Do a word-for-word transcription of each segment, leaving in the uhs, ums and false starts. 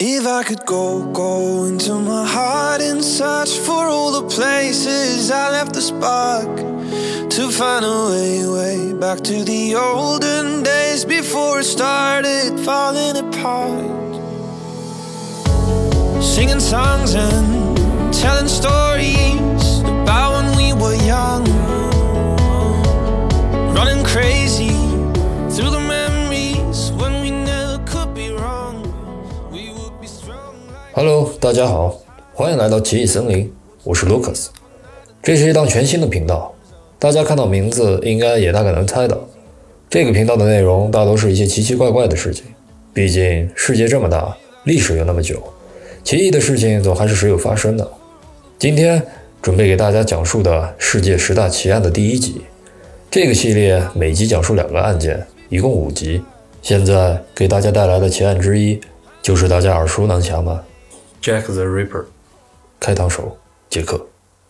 If I could go, go into my heart and search for all the places I left the spark, to find a way, way back to the olden days before it started falling apart. Singing songs and telling stories about when we were young, running crazy through the memories when we never could be wrong. We would be strong like... Hello， 大家好，欢迎来到奇异森林，我是 Lucas。这是一档全新的频道，大家看到名字应该也大概能猜到，这个频道的内容大都是一些奇奇怪怪的事情。毕竟世界这么大，历史又那么久，奇异的事情总还是时有发生的。今天准备给大家讲述的世界十大奇案的第一集。这个系列每集讲述两个案件，一共五集。现在给大家带来的奇案之一，就是大家耳熟能详的 Jack the Ripper， 开膛手杰克。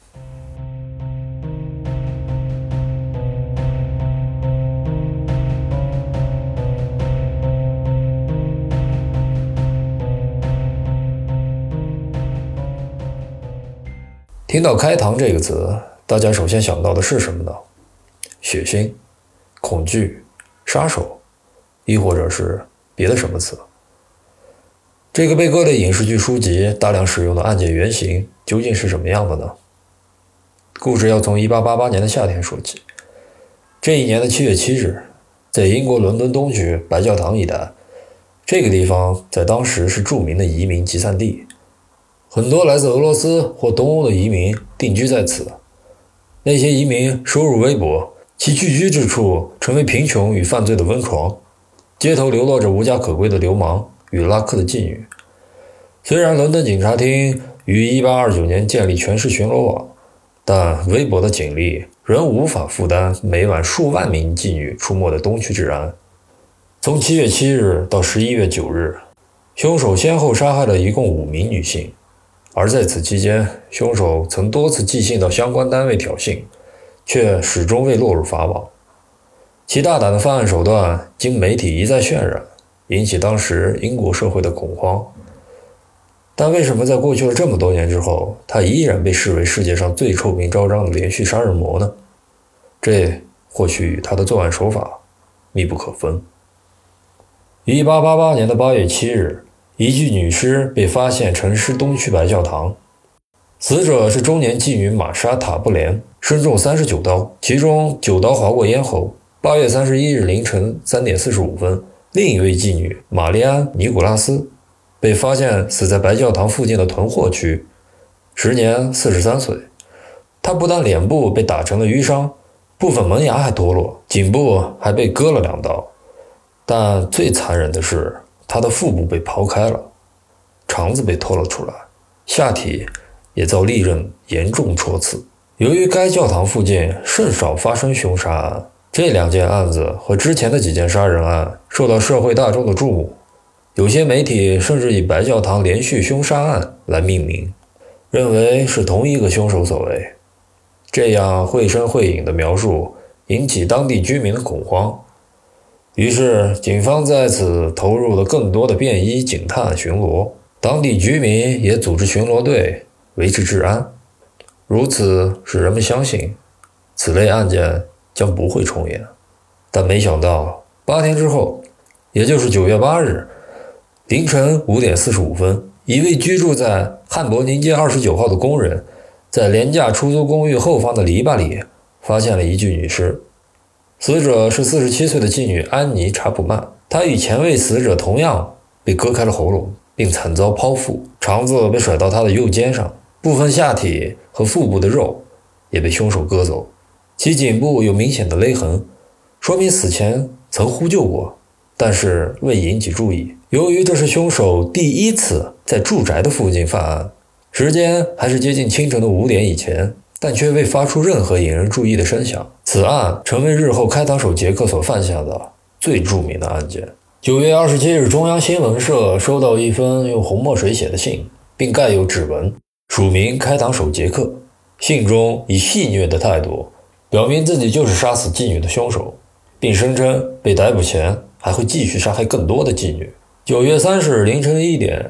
听到开膛这个词，大家首先想到的是什么呢？血腥、恐惧、杀手，亦或者是别的什么词？这个被各类影视剧书籍大量使用的案件原型究竟是什么样的呢？故事要从一八八八年的夏天说起。这一年的七月七日，在英国伦敦东区白教堂一带，这个地方在当时是著名的移民集散地，很多来自俄罗斯或东欧的移民定居在此。那些移民收入微薄，其聚居之处成为贫穷与犯罪的温床，街头流落着无家可归的流氓与拉客的妓女。虽然伦敦警察厅于一八二九年建立全市巡逻网，但微薄的警力仍无法负担每晚数万名妓女出没的东区治安。从七月七日到十一月九日，凶手先后杀害了一共五名女性，而在此期间，凶手曾多次寄信到相关单位挑衅，却始终未落入法网。其大胆的犯案手段经媒体一再渲染，引起当时英国社会的恐慌。但为什么在过去了这么多年之后，他依然被视为世界上最臭名昭彰的连续杀人魔呢？这或许与他的作案手法密不可分。一八八八年的八月七日，一具女尸被发现沉尸东区白教堂，死者是中年妓女玛莎·塔布连，身中三十九刀，其中九刀划过咽喉。八月三十一日凌晨三点四十五分，另一位妓女玛丽安·尼古拉斯被发现死在白教堂附近的囤货区，时年四十三岁。她不但脸部被打成了淤伤，部分门牙还脱落，颈部还被割了两刀。但最残忍的是，他的腹部被刨开了，肠子被拖了出来，下体也遭利刃严重戳刺。由于该教堂附近甚少发生凶杀案，这两件案子和之前的几件杀人案受到社会大众的注目，有些媒体甚至以白教堂连续凶杀案来命名，认为是同一个凶手所为。这样绘声绘影的描述引起当地居民的恐慌，于是警方在此投入了更多的便衣警探巡逻，当地居民也组织巡逻队维持治安，如此使人们相信此类案件将不会重演。但没想到八天之后，也就是九月八日凌晨五点四十五分，一位居住在汉伯宁街二十九号的工人在廉价出租公寓后方的篱笆里发现了一具女尸。死者是四十七岁的妓女安妮·查普曼，她与前位死者同样被割开了喉咙，并惨遭剖腹，肠子被甩到她的右肩上，部分下体和腹部的肉也被凶手割走，其颈部有明显的勒痕，说明死前曾呼救过，但是未引起注意。由于这是凶手第一次在住宅的附近犯案，时间还是接近清晨的五点以前，但却未发出任何引人注意的声响。此案成为日后开膛手杰克所犯下的最著名的案件。九月二十七日，中央新闻社收到一封用红墨水写的信，并盖有指纹，署名开膛手杰克。信中以戏谑的态度表明自己就是杀死妓女的凶手，并声称被逮捕前还会继续杀害更多的妓女。九月三十日凌晨一点，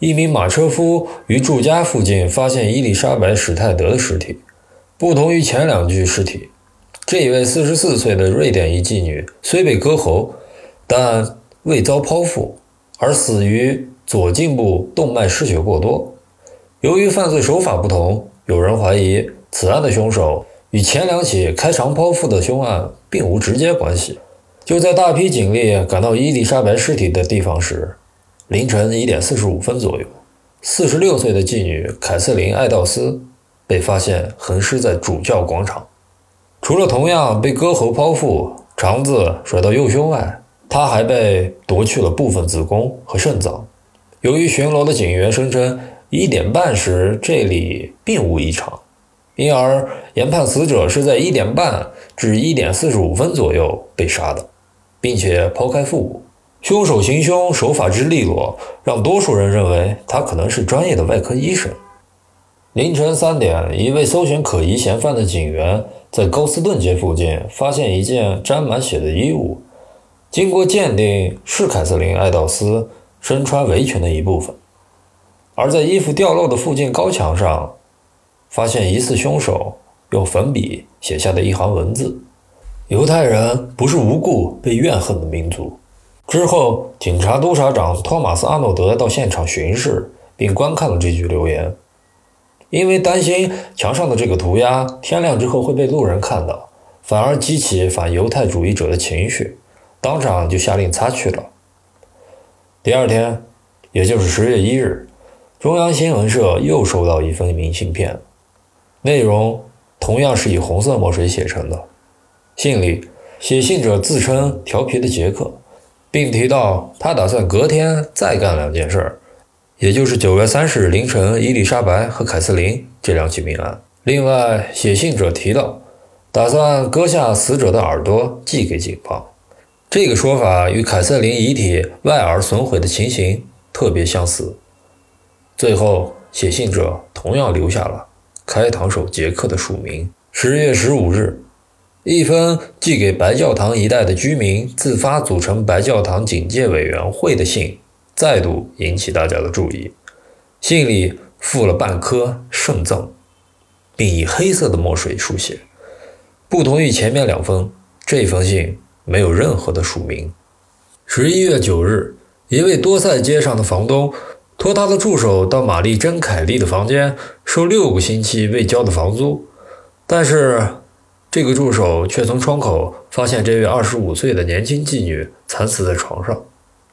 一名马车夫于住家附近发现伊丽莎白·史泰德的尸体。不同于前两具尸体，这一位四十四岁的瑞典裔妓女虽被割喉，但未遭剖腹，而死于左颈部动脉失血过多。由于犯罪手法不同，有人怀疑此案的凶手与前两起开肠剖腹的凶案并无直接关系。就在大批警力赶到伊丽莎白尸体的地方时，凌晨一点四十五分左右，四十六岁的妓女凯瑟琳·艾道斯被发现横尸在主教广场。除了同样被割喉剖腹、肠子甩到右胸外，她还被夺去了部分子宫和肾脏。由于巡逻的警员声称一点半时这里并无异常，因而研判死者是在一点半至一点四十五分左右被杀的，并且剖开腹部。凶手行凶手法之利落，让多数人认为他可能是专业的外科医生。凌晨三点，一位搜寻可疑嫌犯的警员在高斯顿街附近发现一件沾满血的衣物，经过鉴定是凯瑟琳·艾道斯身穿围裙的一部分。而在衣服掉落的附近高墙上，发现疑似凶手用粉笔写下的一行文字：犹太人不是无故被怨恨的民族。之后，警察督察长托马斯·阿诺德到现场巡视，并观看了这句留言。因为担心墙上的这个涂鸦天亮之后会被路人看到，反而激起反犹太主义者的情绪，当场就下令擦去了。第二天，也就是十月一日，中央新闻社又收到一封明信片，内容同样是以红色墨水写成的。信里，写信者自称调皮的杰克，并提到他打算隔天再干两件事，也就是九月三十日凌晨伊丽莎白和凯瑟琳这两起命案。另外，写信者提到打算割下死者的耳朵寄给警方，这个说法与凯瑟琳遗体外耳损毁的情形特别相似。最后，写信者同样留下了开膛手杰克的署名。十月十五日，一封寄给白教堂一带的居民自发组成白教堂警戒委员会的信再度引起大家的注意。信里附了半颗圣赠，并以黑色的墨水书写。不同于前面两封，这封信没有任何的署名。十一月九日，一位多塞街上的房东托他的助手到玛丽珍·凯利的房间收六个星期未交的房租，但是这个助手却从窗口发现这位二十五岁的年轻妓女惨死在床上。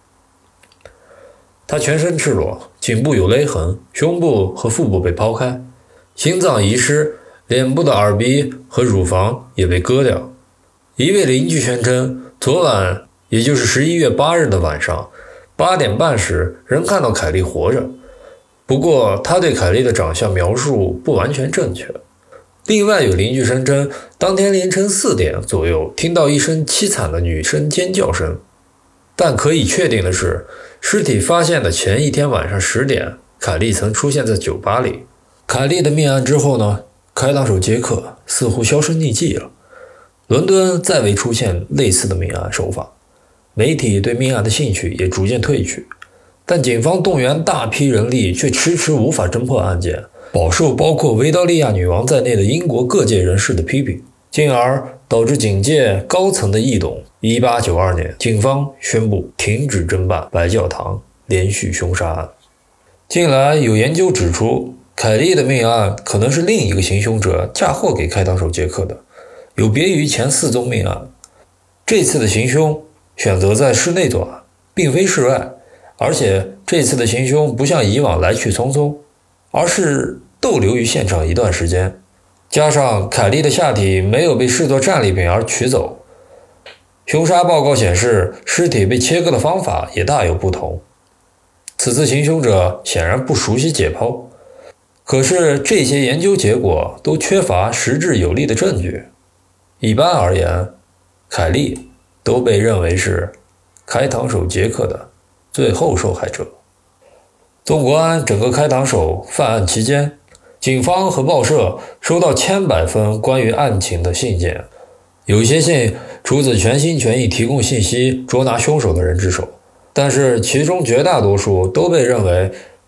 她全身赤裸，颈部有勒痕，胸部和腹部被剖开，心脏遗失，脸部的耳鼻和乳房也被割掉。一位邻居宣称，昨晚，也就是十一月八日的晚上八点半时，仍看到凯莉活着。不过，他对凯莉的长相描述不完全正确。另外有邻居声称，当天凌晨四点左右听到一声凄惨的女声尖叫声。但可以确定的是，尸体发现的前一天晚上十点，凯莉曾出现在酒吧里。凯莉的命案之后呢，开膛手杰克似乎销声匿迹了。伦敦再未出现类似的命案手法，媒体对命案的兴趣也逐渐退去，但警方动员大批人力却迟迟无法侦破案件，饱受包括维多利亚女王在内的英国各界人士的批评，进而导致警界高层的异动。一八九二年，警方宣布停止侦办白教堂连续凶杀案。近来有研究指出，凯莉的命案可能是另一个行凶者嫁祸给开膛手杰克的，有别于前四宗命案。这次的行凶选择在室内作案，并非室外，而且这次的行凶不像以往来去匆匆，而是逗留于现场一段时间。加上凯莉的下体没有被视作战利品而取走，凶杀报告显示尸体被切割的方法也大有不同。此次行凶者显然不熟悉解剖，可是这些研究结果都缺乏实质有力的证据。一般而言，凯莉都被认为是开膛手杰克的最后受害者。纵观整个开膛手犯案期间，警方和报社收到千百封关于案情的信件，有些信出自全心全意提供信息捉拿凶手的人之手，但是其中绝大多数都被认为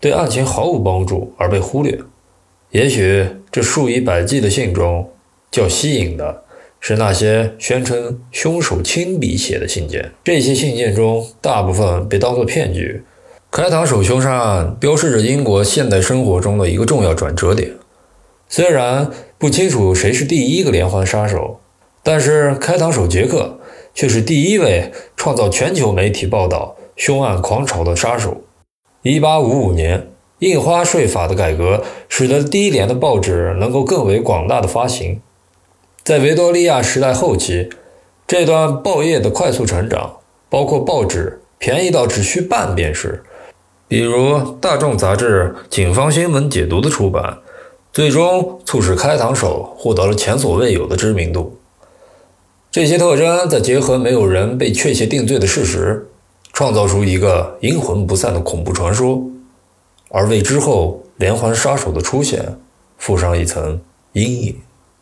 对案情毫无帮助而被忽略。也许这数以百计的信中，较吸引的是那些宣称凶手亲笔写的信件。这些信件中大部分被当作骗局。开膛手凶杀案标志着英国现代生活中的一个重要转折点。虽然不清楚谁是第一个连环杀手，但是开膛手杰克却是第一位创造全球媒体报道凶案狂潮的杀手。一八五五年，印花税法的改革使得低廉的报纸能够更为广大的发行。在维多利亚时代后期，这段报业的快速成长，包括报纸便宜到只需半便士，比如大众杂志警方新闻解读的出版，最终促使开膛手获得了前所未有的知名度。这些特征再结合没有人被确切定罪的事实，创造出一个阴魂不散的恐怖传说，而为之后连环杀手的出现附上一层阴影。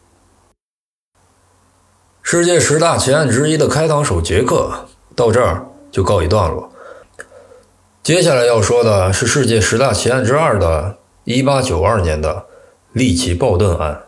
世界十大奇案之一的开膛手杰克到这儿就告一段落。接下来要说的是世界十大奇案之二的一八九二年的利奇鲍顿案。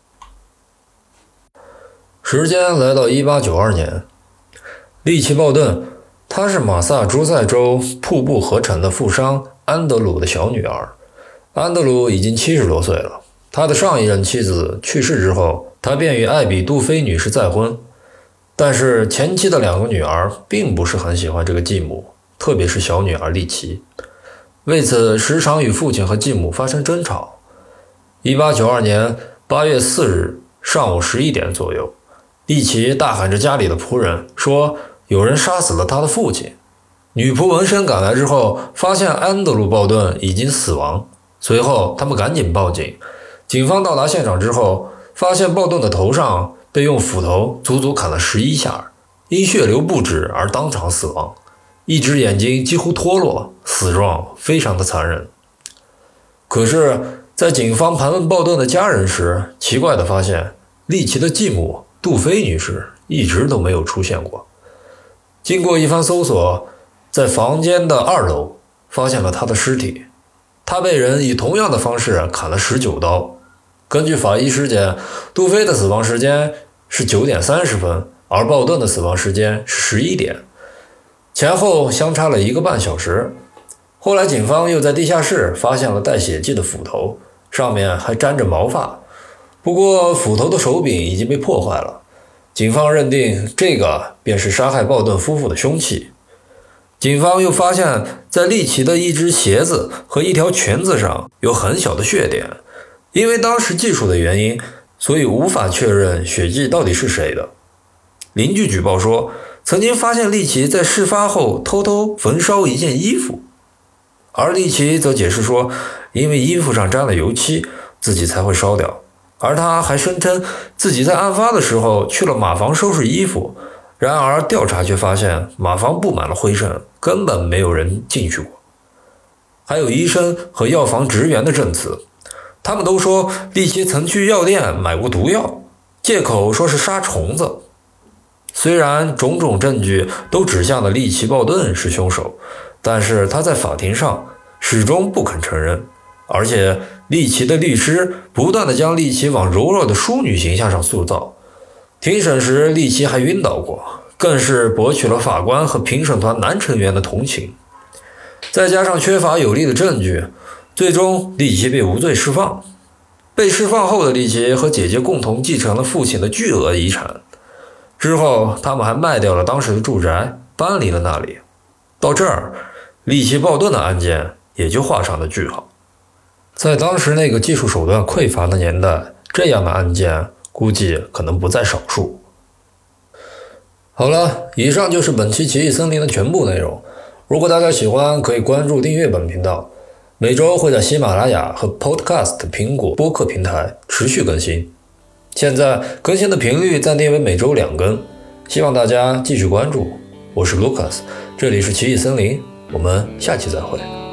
时间来到一八九二年，利奇鲍顿，她是马萨诸塞州瀑布河城的富商安德鲁的小女儿。安德鲁已经七十多岁了，他的上一任妻子去世之后，他便与艾比杜菲女士再婚。但是前妻的两个女儿并不是很喜欢这个继母，特别是小女儿利奇，为此时常与父亲和继母发生争吵。一八九二年八月四日上午十一点左右，利奇大喊着家里的仆人说有人杀死了他的父亲。女仆闻声赶来之后，发现安德鲁·鲍顿已经死亡，随后他们赶紧报警。警方到达现场之后，发现鲍顿的头上被用斧头足足砍了十一下，因血流不止而当场死亡，一只眼睛几乎脱落，死状非常的残忍。可是在警方盘问鲍顿的家人时，奇怪地发现利奇的继母杜菲女士一直都没有出现过。经过一番搜索，在房间的二楼发现了她的尸体，她被人以同样的方式砍了十九刀。根据法医尸检，杜菲的死亡时间是九点三十分，而鲍顿的死亡时间是十一点，前后相差了一个半小时。后来警方又在地下室发现了带血迹的斧头，上面还沾着毛发，不过斧头的手柄已经被破坏了。警方认定这个便是杀害鲍顿夫妇的凶器。警方又发现在利奇的一只鞋子和一条裙子上有很小的血点，因为当时技术的原因，所以无法确认血迹到底是谁的。邻居举报说，曾经发现利奇在事发后偷偷焚烧一件衣服，而利奇则解释说，因为衣服上沾了油漆，自己才会烧掉。而他还声称自己在案发的时候去了马房收拾衣服，然而调查却发现马房布满了灰尘，根本没有人进去过。还有医生和药房职员的证词，他们都说利奇曾去药店买过毒药，借口说是杀虫子。虽然种种证据都指向了利奇·鲍顿是凶手，但是他在法庭上始终不肯承认，而且利奇的律师不断地将利奇往柔弱的淑女形象上塑造。庭审时利奇还晕倒过，更是博取了法官和评审团男成员的同情。再加上缺乏有力的证据，最终利奇被无罪释放。被释放后的利奇和姐姐共同继承了父亲的巨额遗产，之后他们还卖掉了当时的住宅，搬离了那里。到这儿，利奇·鲍顿的案件也就画上了句号。在当时那个技术手段匮乏的年代，这样的案件估计可能不在少数。好了，以上就是本期奇异森林的全部内容。如果大家喜欢，可以关注订阅本频道，每周会在喜马拉雅和 Podcast 苹果播客平台持续更新。现在更新的频率暂定为每周两更，希望大家继续关注。我是 Lucas， 这里是奇异森林，我们下期再会。